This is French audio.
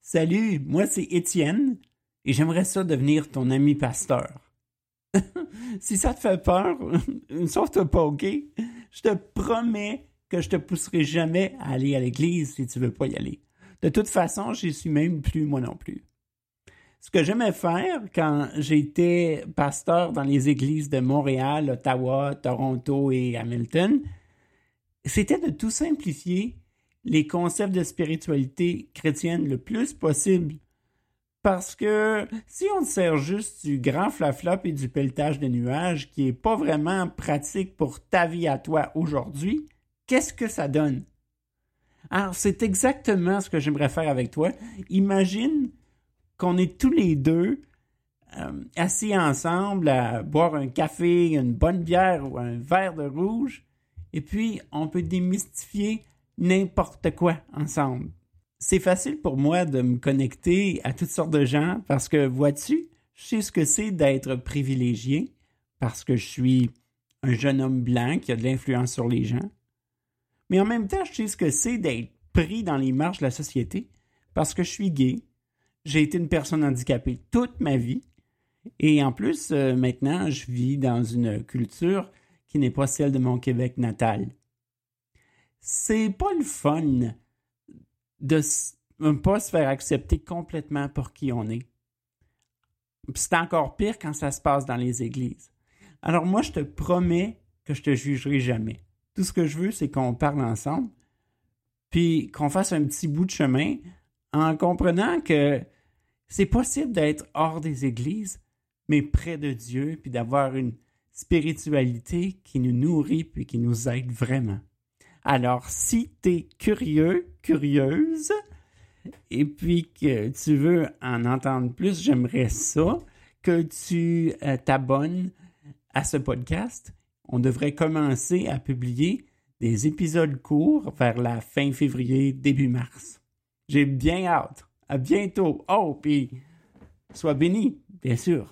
Salut, moi c'est Étienne et j'aimerais ça devenir ton ami pasteur. Si ça te fait peur, sauve-toi pas, OK? Je te promets que je te pousserai jamais à aller à l'église si tu veux pas y aller. De toute façon, j'y suis même plus moi non plus. Ce que j'aimais faire quand j'étais pasteur dans les églises de Montréal, Ottawa, Toronto et Hamilton, c'était de tout simplifier les concepts de spiritualité chrétienne le plus possible. Parce que si on te sert juste du grand flaflop et du pelletage de nuages qui n'est pas vraiment pratique pour ta vie à toi aujourd'hui, qu'est-ce que ça donne? Alors, c'est exactement ce que j'aimerais faire avec toi. Imagine qu'on est tous les deux assis ensemble à boire un café, une bonne bière ou un verre de rouge, et puis on peut démystifier n'importe quoi ensemble. C'est facile pour moi de me connecter à toutes sortes de gens parce que, vois-tu, je sais ce que c'est d'être privilégié parce que je suis un jeune homme blanc qui a de l'influence sur les gens. Mais en même temps, je sais ce que c'est d'être pris dans les marges de la société parce que je suis gay. J'ai été une personne handicapée toute ma vie et en plus, maintenant, je vis dans une culture qui n'est pas celle de mon Québec natal. C'est pas le fun de ne pas se faire accepter complètement pour qui on est. C'est encore pire quand ça se passe dans les églises. Alors moi, je te promets que je te jugerai jamais. Tout ce que je veux, c'est qu'on parle ensemble, puis qu'on fasse un petit bout de chemin en comprenant que c'est possible d'être hors des églises, mais près de Dieu, puis d'avoir une spiritualité qui nous nourrit puis qui nous aide vraiment. Alors, si tu es curieux, curieuse, et puis que tu veux en entendre plus, j'aimerais ça que tu t'abonnes à ce podcast. On devrait commencer à publier des épisodes courts vers la fin février, début mars. J'ai bien hâte. À bientôt. Oh, puis sois béni, bien sûr.